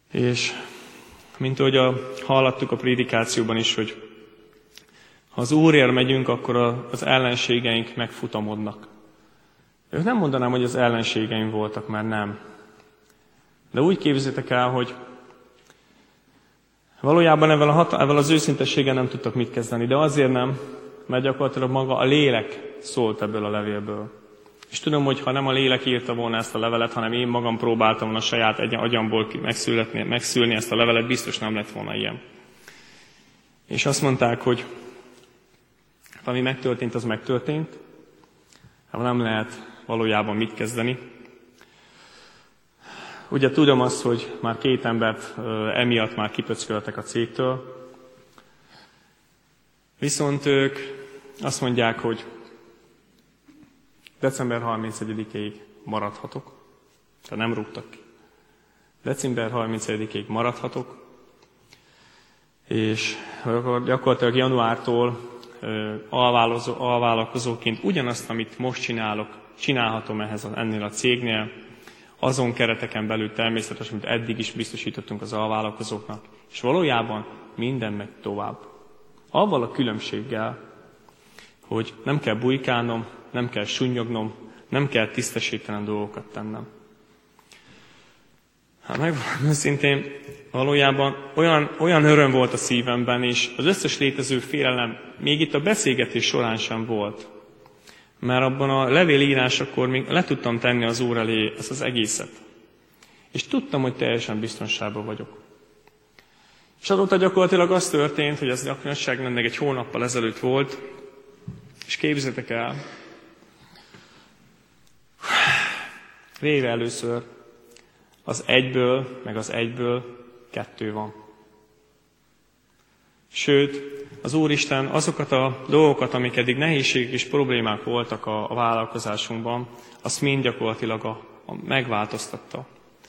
És mint ahogy hallottuk a prédikációban is, hogy ha az Úrért megyünk, akkor az ellenségeink megfutamodnak. Ők nem mondanám, hogy az ellenségeim voltak, mert nem. De úgy képzeljétek el, hogy valójában ezzel az őszintességgel nem tudtak mit kezdeni, de azért nem, mert gyakorlatilag maga a lélek szólt ebből a levélből. És tudom, hogy ha nem a lélek írta volna ezt a levelet, hanem én magam próbáltam volna a saját agyamból megszülni ezt a levelet, biztos nem lett volna ilyen. És azt mondták, hogy ami megtörtént, az megtörtént. Nem lehet valójában mit kezdeni. Ugye tudom azt, hogy már 2 embert emiatt már kipöcköltek a cégtől. Viszont ők azt mondják, hogy december 31-ig maradhatok. Tehát nem rúgtak ki. December 31-ig maradhatok. És gyakorlatilag januártól alvállalkozóként ugyanazt, amit most csinálhatom ennél a cégnél, azon kereteken belül természetesen, amit eddig is biztosítottunk az alvállalkozóknak, és valójában minden megy tovább. Avval a különbséggel, hogy nem kell bujkálnom, nem kell sunnyognom, nem kell tisztességtelen dolgokat tennem. Megvalóan szintén valójában olyan öröm volt a szívemben, és az összes létező félelem még itt a beszélgetés során sem volt. Mert abban a levélírásakor még le tudtam tenni az Úr elé ezt az egészet. És tudtam, hogy teljesen biztonságban vagyok. És azóta gyakorlatilag az történt, hogy ez nagyságrendileg 1 hónappal ezelőtt volt, és képzeljétek el, végre először az 1-ből, meg az 1-ből 2 van. Sőt, az Úristen azokat a dolgokat, amik eddig nehézségek és problémák voltak a vállalkozásunkban, azt mind gyakorlatilag megváltoztatta.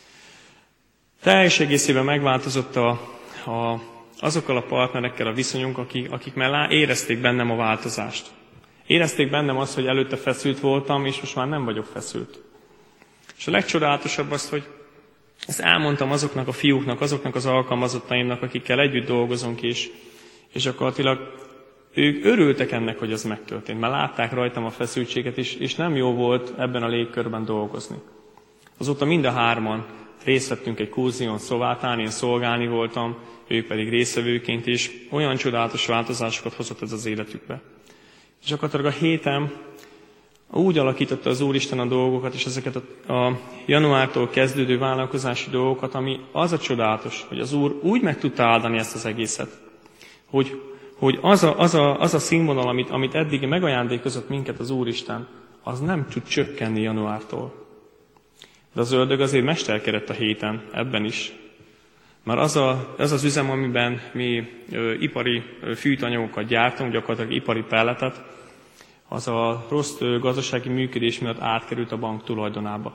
Teljes egészében megváltozott azokkal a partnerekkel a viszonyunk, akik már érezték bennem a változást. Érezték bennem azt, hogy előtte feszült voltam, és most már nem vagyok feszült. És a legcsodálatosabb az, hogy ezt elmondtam azoknak a fiúknak, azoknak az alkalmazottaimnak, akikkel együtt dolgozunk, és gyakorlatilag ők örültek ennek, hogy ez megtörtént, mert látták rajtam a feszültséget, és nem jó volt ebben a légkörben dolgozni. Azóta mind a 3-an részt vettünk egy kurzión Szovátán, én szolgálni voltam, ők pedig résztvevőként is. Olyan csodálatos változásokat hozott ez az életükbe. És gyakorlatilag a héten úgy alakította az Úristen a dolgokat, és ezeket a januártól kezdődő vállalkozási dolgokat, ami az a csodálatos, hogy az Úr úgy meg tudta áldani ezt az egészet, hogy az a színvonal, amit eddig megajándékozott minket az Úristen, az nem tud csökkenni januártól. De az ördög azért mesterkedett a héten, ebben is. Már az az üzem, amiben mi ipari fűtanyagokat gyártunk, gyakorlatilag ipari pelletet, az a rossz gazdasági működés miatt átkerült a bank tulajdonába.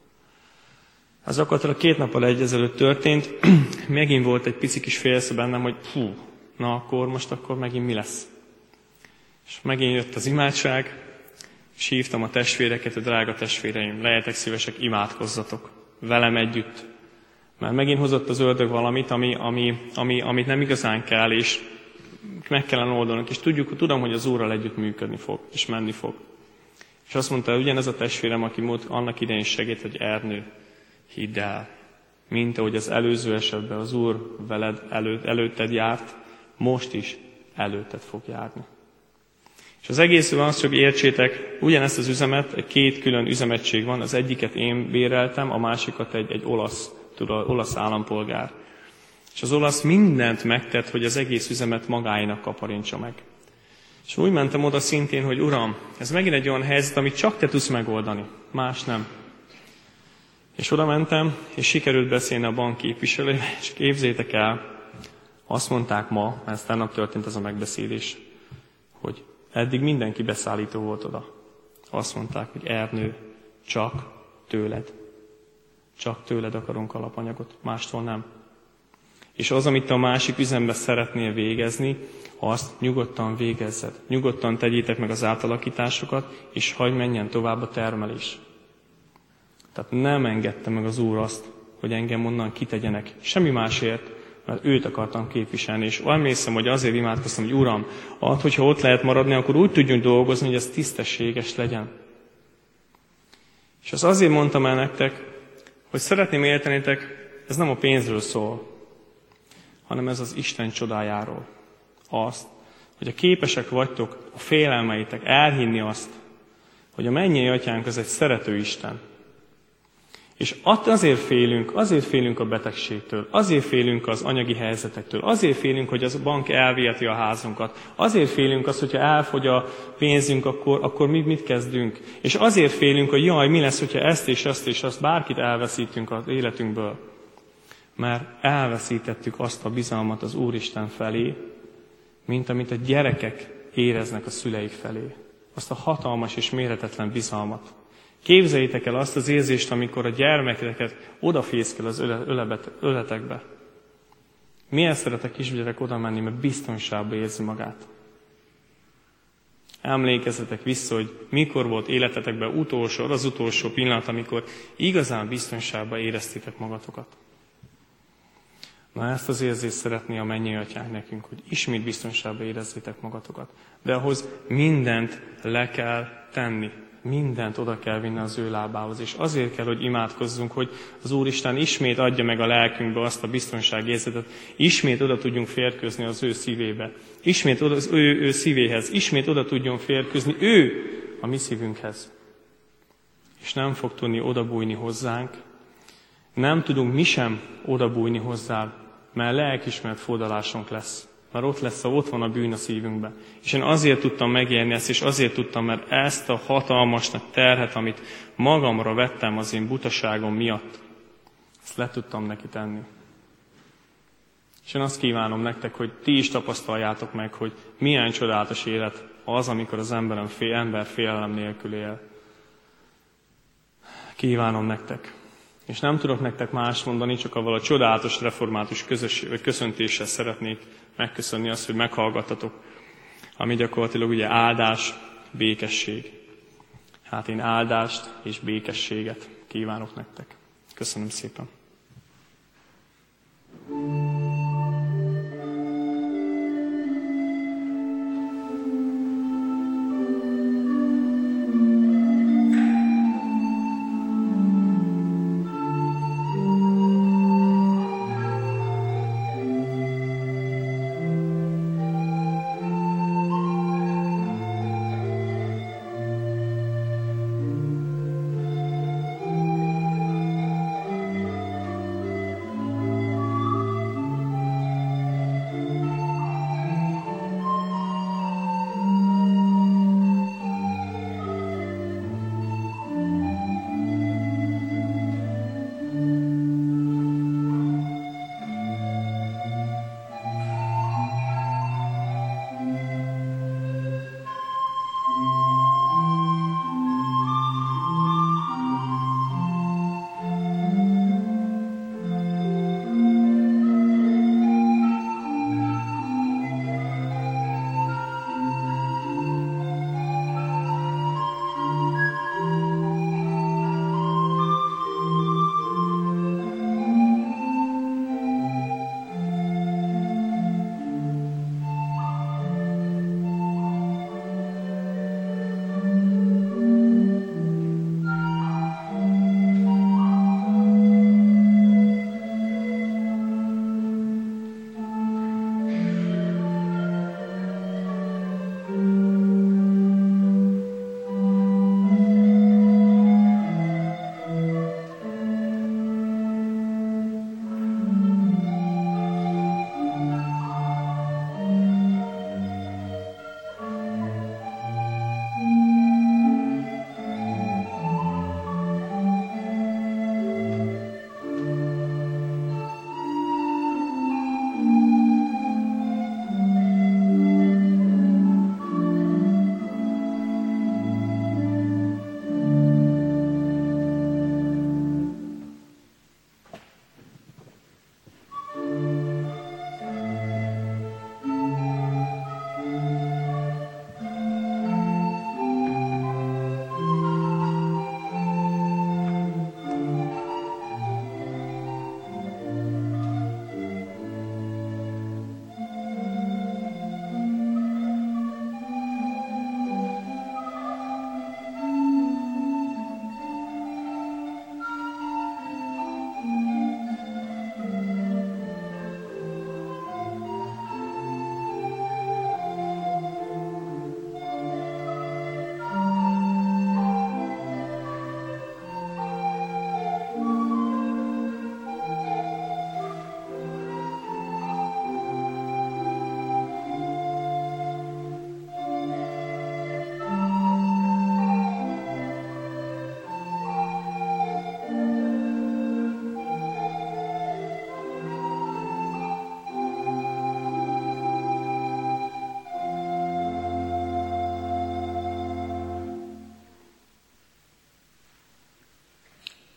Ez gyakorlatilag 2 nappal ezelőtt történt, megint volt egy pici kis félsz bennem, hogy akkor megint mi lesz. És megint jött az imádság, és hívtam a testvéreket, a drága testvéreim, lehetek szívesek, imádkozzatok velem együtt. Mert megint hozott az ördög valamit, amit nem igazán kell, és meg kellene oldanunk, és tudom, hogy az Úrral együtt működni fog, és menni fog. És azt mondta, ugyanez a testvérem, aki annak idején segít, hogy Ernő, hidd el, mint ahogy az előző esetben az Úr veled előtted járt, most is előtted fog járni. És az egészről az, hogy értsétek, ugyanezt az üzemet, 2 külön üzemegység van, az egyiket én béreltem, a másikat egy olasz állampolgár. És az olasz mindent megtett, hogy az egész üzemet magáinak kaparintsa meg. És úgy mentem oda szintén, hogy Uram, ez megint egy olyan helyzet, amit csak te tudsz megoldani, más nem. És oda mentem, és sikerült beszélni a bank képviselővel, és képzeljétek el, azt mondták ma, mert tegnap történt ez a megbeszélés, hogy eddig mindenki beszállító volt oda. Azt mondták, hogy Ernő, csak tőled akarunk alapanyagot, mástól nem. És az, amit a másik üzemben szeretnél végezni, azt nyugodtan végezzed. Nyugodtan tegyétek meg az átalakításokat, és hagyj menjen tovább a termelés. Tehát nem engedte meg az Úr azt, hogy engem onnan kitegyenek. Semmi másért, mert őt akartam képviselni. És emlékszem, hogy azért imádkoztam, hogy Uram, hogyha ott lehet maradni, akkor úgy tudjunk dolgozni, hogy ez tisztességes legyen. És azt azért mondtam el nektek, hogy szeretném értenétek, ez nem a pénzről szól, hanem ez az Isten csodájáról. Azt, hogy a képesek vagytok a félelmeitek elhinni azt, hogy a mennyei atyánk az egy szerető Isten. És azért félünk a betegségtől, azért félünk az anyagi helyzetektől, azért félünk, hogy az bank elviheti a házunkat, azért félünk azt, hogyha elfogy a pénzünk, akkor mit kezdünk. És azért félünk, hogy jaj, mi lesz, hogyha ezt és azt és azt, bárkit elveszítünk az életünkből. Mert elveszítettük azt a bizalmat az Úristen felé, mint amit a gyerekek éreznek a szüleik felé. Azt a hatalmas és méretetlen bizalmat. Képzeljétek el azt az érzést, amikor a gyermekeket odafészkel az öletekbe. Miért szeret a kisgyerek oda menni, mert biztonságban érzi magát. Emlékezzetek vissza, hogy mikor volt életetekben az utolsó pillanat, amikor igazán biztonságban éreztétek magatokat. Na, ezt az érzést szeretné a mennyei atyánk nekünk, hogy ismét biztonságban érezzétek magatokat. De ahhoz mindent le kell tenni. Mindent oda kell vinni az ő lábához. És azért kell, hogy imádkozzunk, hogy az Úristen ismét adja meg a lelkünkbe azt a biztonságérzetet, ismét oda tudjunk férkőzni az ő szívébe. Ismét oda, az ő szívéhez. Ismét oda tudjon férkőzni ő a mi szívünkhez. És nem fog tudni odabújni hozzánk. Nem tudunk mi sem odabújni hozzá, mert lelkismert fordulásunk lesz. Mert ott van a bűn a szívünkben. És én azért tudtam megérni ezt, és azért tudtam, mert ezt a hatalmas nagy terhet, amit magamra vettem az én butaságom miatt, ezt le tudtam neki tenni. És én azt kívánom nektek, hogy ti is tapasztaljátok meg, hogy milyen csodálatos élet az, amikor az ember félelem nélkül él. Kívánom nektek. És nem tudok nektek más mondani, csak avval a csodálatos református köszöntéssel szeretnék megköszönni azt, hogy meghallgattatok, ami gyakorlatilag ugye áldás, békesség. Hát én áldást és békességet kívánok nektek. Köszönöm szépen.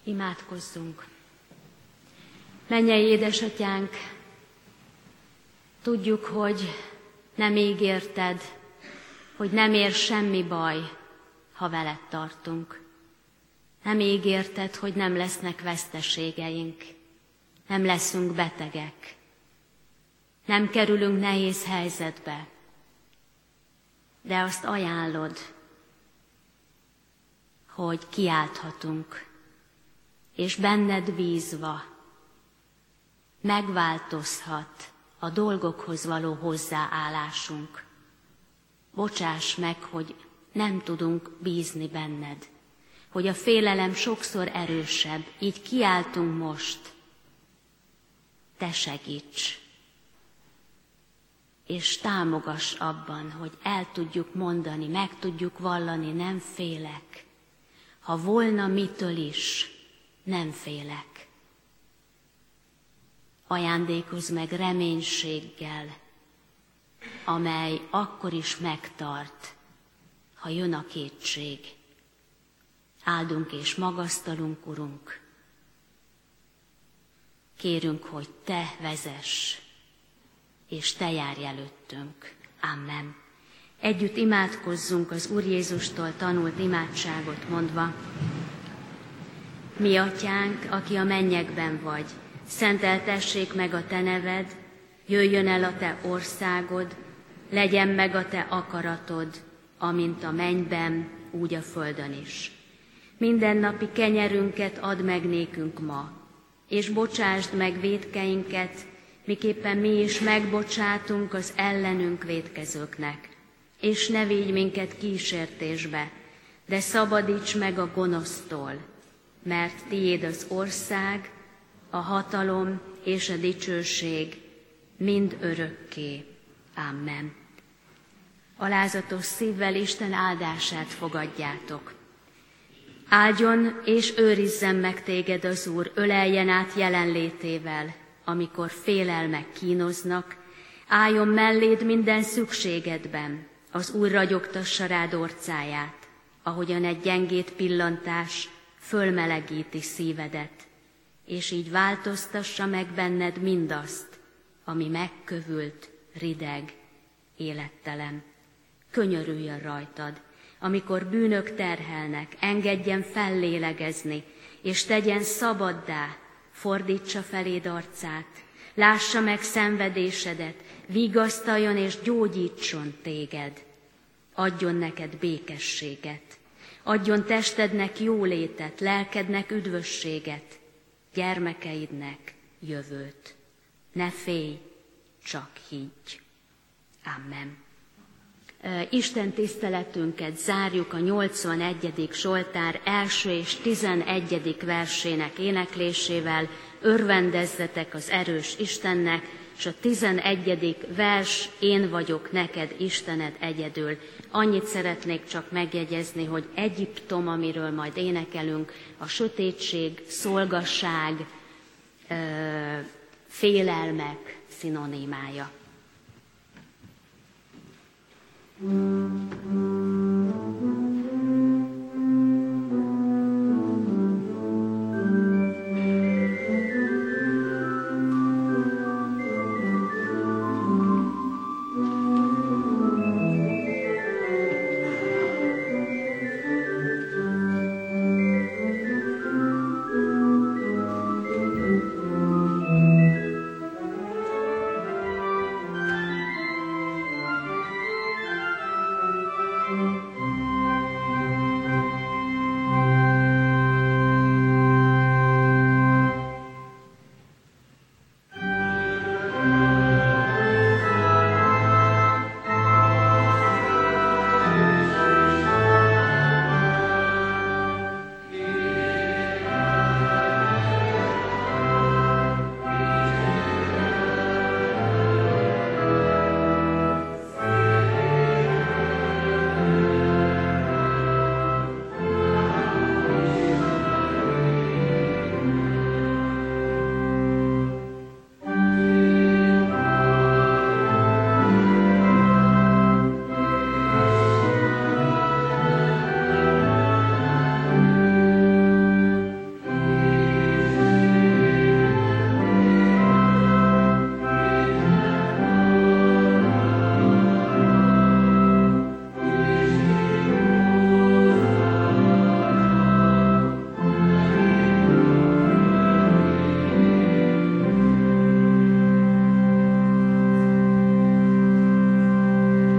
Imádkozzunk. Mennyei édesatyánk, tudjuk, hogy nem ígérted, hogy nem ér semmi baj, ha veled tartunk. Nem ígérted, hogy nem lesznek veszteségeink, nem leszünk betegek, nem kerülünk nehéz helyzetbe, de azt ajánlod, hogy kiálthatunk, és benned bízva megváltozhat a dolgokhoz való hozzáállásunk. Bocsáss meg, hogy nem tudunk bízni benned, hogy a félelem sokszor erősebb, így kiáltunk most. Te segíts, és támogass abban, hogy el tudjuk mondani, meg tudjuk vallani, nem félek. Ha volna mitől is, nem félek. Ajándékozz meg reménységgel, amely akkor is megtart, ha jön a kétség. Áldunk és magasztalunk, Urunk. Kérünk, hogy Te vezess, és Te járj előttünk. Amen. Együtt imádkozzunk az Úr Jézustól tanult imádságot mondva. Mi atyánk, aki a mennyekben vagy, szenteltessék meg a Te neved, jöjjön el a Te országod, legyen meg a Te akaratod, amint a mennyben, úgy a földön is. Mindennapi kenyerünket add meg nékünk ma, és bocsásd meg vétkeinket, miképpen mi is megbocsátunk az ellenünk vétkezőknek. És ne vigy minket kísértésbe, de szabadíts meg a gonosztól, mert tiéd az ország, a hatalom és a dicsőség mind örökké. Amen. Alázatos szívvel Isten áldását fogadjátok. Áldjon és őrizzen meg téged az Úr, öleljen át jelenlétével, amikor félelmek kínoznak, álljon melléd minden szükségedben, az Úr ragyogtassa rád orcáját, ahogyan egy gyengét pillantás fölmelegíti szívedet, és így változtassa meg benned mindazt, ami megkövült, rideg, élettelen. Könyörüljön rajtad, amikor bűnök terhelnek, engedjen fellélegezni, és tegyen szabaddá, fordítsa feléd arcát, lássa meg szenvedésedet, vigasztaljon és gyógyítson téged. Adjon neked békességet, adjon testednek jólétet, lelkednek üdvösséget, gyermekeidnek jövőt. Ne félj, csak higgy. Amen. Isten tiszteletünket zárjuk a 81. Zsoltár 1. és 11. versének éneklésével. Örvendezzetek az erős Istennek, és a 11. vers, én vagyok neked Istened egyedül. Annyit szeretnék csak megjegyezni, hogy Egyiptom, amiről majd énekelünk, a sötétség, szolgasság, félelmek szinonimája.